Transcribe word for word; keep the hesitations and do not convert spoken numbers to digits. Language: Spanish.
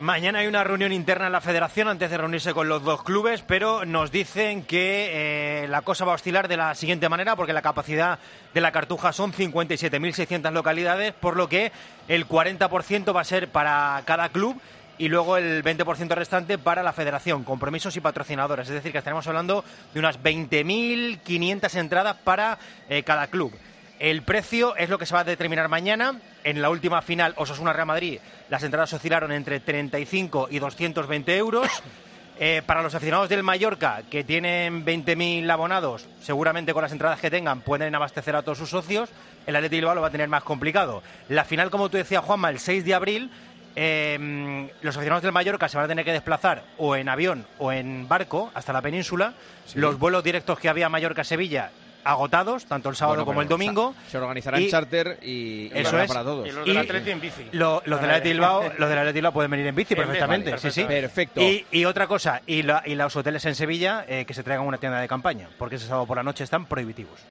Mañana hay una reunión interna en la federación antes de reunirse con los dos clubes, pero nos dicen que eh, la cosa va a oscilar de la siguiente manera, porque la capacidad de la Cartuja son cincuenta y siete mil seiscientas localidades, por lo que el cuarenta por ciento va a ser para cada club y luego el veinte por ciento restante para la federación, compromisos y patrocinadores. Es decir, que estaremos hablando de unas veinte mil quinientas entradas para eh, cada club. El precio es lo que se va a determinar mañana. En la última final, Osasuna-Real Madrid, las entradas oscilaron entre treinta y cinco y doscientos veinte euros. Eh, para los aficionados del Mallorca, que tienen veinte mil abonados, seguramente con las entradas que tengan pueden abastecer a todos sus socios. El Athletic Bilbao lo va a tener más complicado. La final, como tú decías, Juanma, el seis de abril, eh, los aficionados del Mallorca se van a tener que desplazar o en avión o en barco hasta la península. Sí. Los vuelos directos que había Mallorca-Sevilla agotados, tanto el sábado bueno, como el domingo. Se organizará en charter y, y eso es para todos. Y los del Atleti en bici. Lo, los del Athletic Bilbao, los del Athletic Bilbao pueden venir en bici perfectamente. Vale, sí, sí. Perfecto. Y, y otra cosa, y, la, y los hoteles en Sevilla, eh, que se traigan una tienda de campaña, porque ese sábado por la noche están prohibitivos.